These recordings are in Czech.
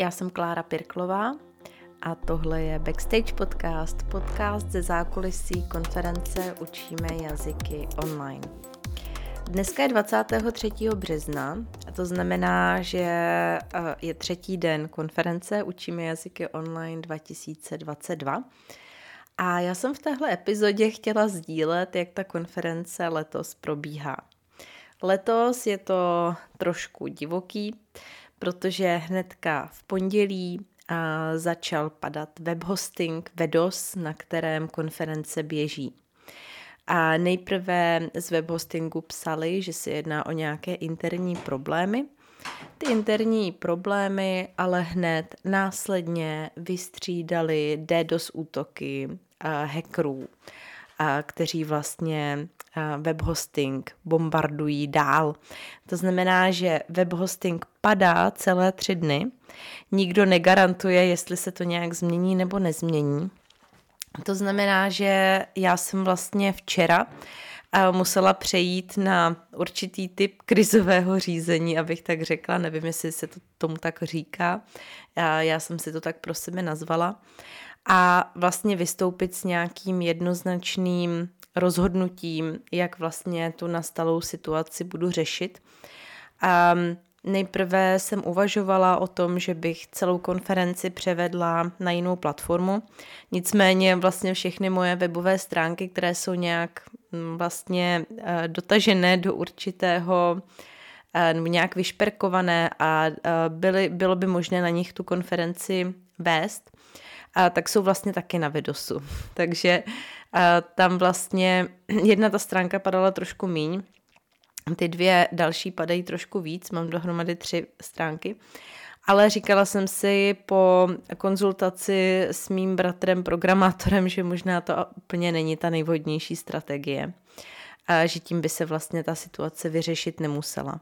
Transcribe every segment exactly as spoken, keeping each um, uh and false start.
Já jsem Klára Pirklová a tohle je Backstage podcast, podcast ze zákulisí konference Učíme jazyky online. Dneska je dvacátého třetího března a to znamená, že je třetí den konference Učíme jazyky online dva tisíce dvacet dva. A já jsem v téhle epizodě chtěla sdílet, jak ta konference letos probíhá. Letos je to trošku divoký, protože hnedka v pondělí začal padat webhosting Vedos, na kterém konference běží. A nejprve z webhostingu psali, že se jedná o nějaké interní problémy. Ty interní problémy ale hned následně vystřídali DDoS útoky hackerů, kteří vlastně webhosting bombardují dál. To znamená, že webhosting padá celé tři dny. Nikdo negarantuje, jestli se to nějak změní nebo nezmění. To znamená, že já jsem vlastně včera musela přejít na určitý typ krizového řízení, abych tak řekla. Nevím, jestli se to tomu tak říká. Já, já jsem si to tak pro sebe nazvala. A vlastně vystoupit s nějakým jednoznačným rozhodnutím, jak vlastně tu nastalou situaci budu řešit. A nejprve jsem uvažovala o tom, že bych celou konferenci převedla na jinou platformu. Nicméně vlastně všechny moje webové stránky, které jsou nějak vlastně dotažené do určitého nebo nějak vyšperkované a byly, bylo by možné na nich tu konferenci vést, a tak jsou vlastně taky na Vedosu. Takže a tam vlastně jedna ta stránka padala trošku míň, ty dvě další padají trošku víc, mám dohromady tři stránky, ale říkala jsem si po konzultaci s mým bratrem programátorem, že možná to úplně není ta nejvhodnější strategie, a že tím by se vlastně ta situace vyřešit nemusela.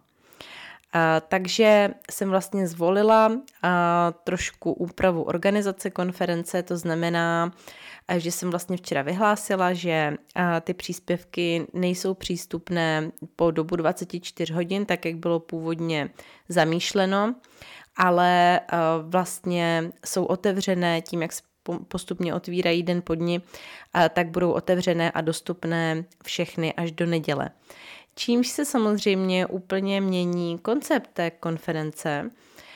A, takže jsem vlastně zvolila a, trošku úpravu organizace konference, to znamená, a, že jsem vlastně včera vyhlásila, že a, ty příspěvky nejsou přístupné po dobu dvacet čtyři hodin, tak jak bylo původně zamýšleno, ale a, vlastně jsou otevřené tím, jak postupně otvírají den po dni, a, tak budou otevřené a dostupné všechny až do neděle. Čímž se samozřejmě úplně mění koncept té konference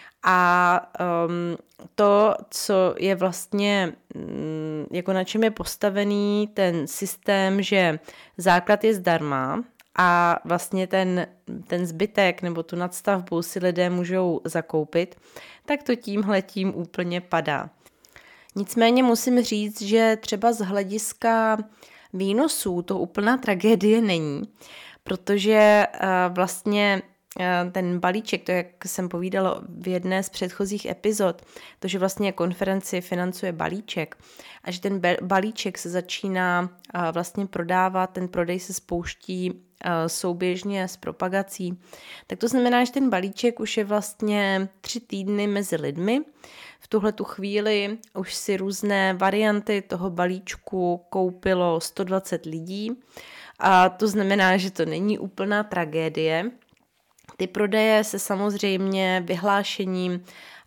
a um, to, co je vlastně, um, jako na čem je postavený ten systém, že základ je zdarma a vlastně ten, ten zbytek nebo tu nadstavbu si lidé můžou zakoupit, tak to tímhletím úplně padá. Nicméně musím říct, že třeba z hlediska výnosů to úplná tragédie není, protože uh, vlastně uh, ten balíček, to jak jsem povídala v jedné z předchozích epizod, to, že vlastně konferenci financuje balíček a že ten balíček se začíná uh, vlastně prodávat, ten prodej se spouští uh, souběžně s propagací, tak to znamená, že ten balíček už je vlastně tři týdny mezi lidmi. V tuhletu chvíli už si různé varianty toho balíčku koupilo sto dvacet lidí. A to znamená, že to není úplná tragédie. Ty prodeje se samozřejmě vyhlášením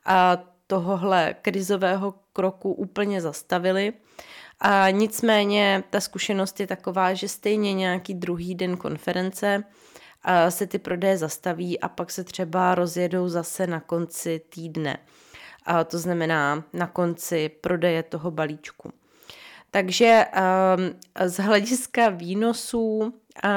tohohle krizového kroku úplně zastavily. A nicméně ta zkušenost je taková, že stejně nějaký druhý den konference se ty prodeje zastaví a pak se třeba rozjedou zase na konci týdne. A to znamená na konci prodeje toho balíčku. Takže um, z hlediska výnosů um,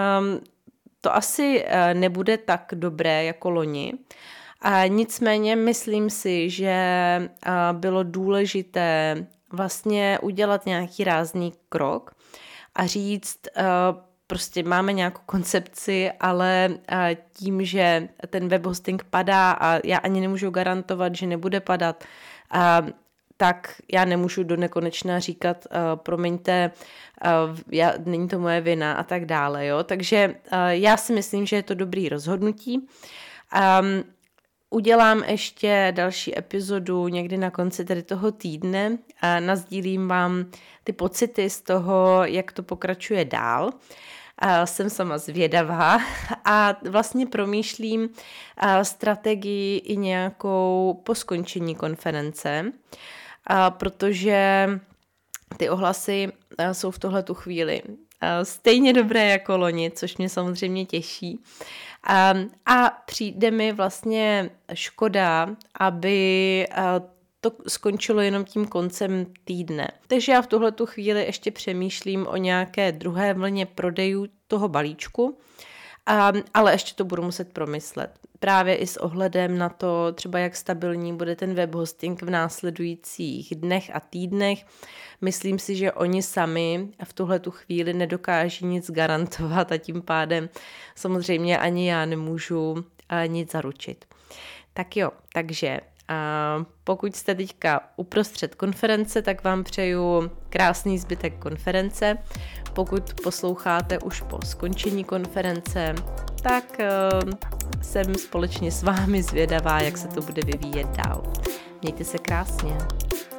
to asi uh, nebude tak dobré jako loni. A nicméně myslím si, že uh, bylo důležité vlastně udělat nějaký rázný krok a říct, uh, prostě máme nějakou koncepci, ale uh, tím, že ten webhosting padá a já ani nemůžu garantovat, že nebude padat, uh, tak já nemůžu do nekonečna říkat, uh, promiňte, uh, já, není to moje vina a tak dále. Jo? Takže uh, já si myslím, že je to dobrý rozhodnutí. Um, udělám ještě další epizodu někdy na konci tady toho týdne a nasdílím vám ty pocity z toho, jak to pokračuje dál. jsem sama zvědavá a vlastně promýšlím strategii i nějakou po skončení konference, protože ty ohlasy jsou v tuhletu chvíli stejně dobré jako loni, což mě samozřejmě těší. A, a přijde mi vlastně škoda, aby to skončilo jenom tím koncem týdne. Takže já v tuhletu chvíli ještě přemýšlím o nějaké druhé vlně prodejů toho balíčku, a, ale ještě to budu muset promyslet. Právě i s ohledem na to, třeba jak stabilní bude ten web hosting v následujících dnech a týdnech. Myslím si, že oni sami v tuhletu chvíli nedokáží nic garantovat a tím pádem samozřejmě ani já nemůžu nic zaručit. Tak jo, takže a pokud jste teďka uprostřed konference, tak vám přeju krásný zbytek konference. Pokud posloucháte už po skončení konference, tak uh, jsem společně s vámi zvědavá, jak se to bude vyvíjet dál. Mějte se krásně.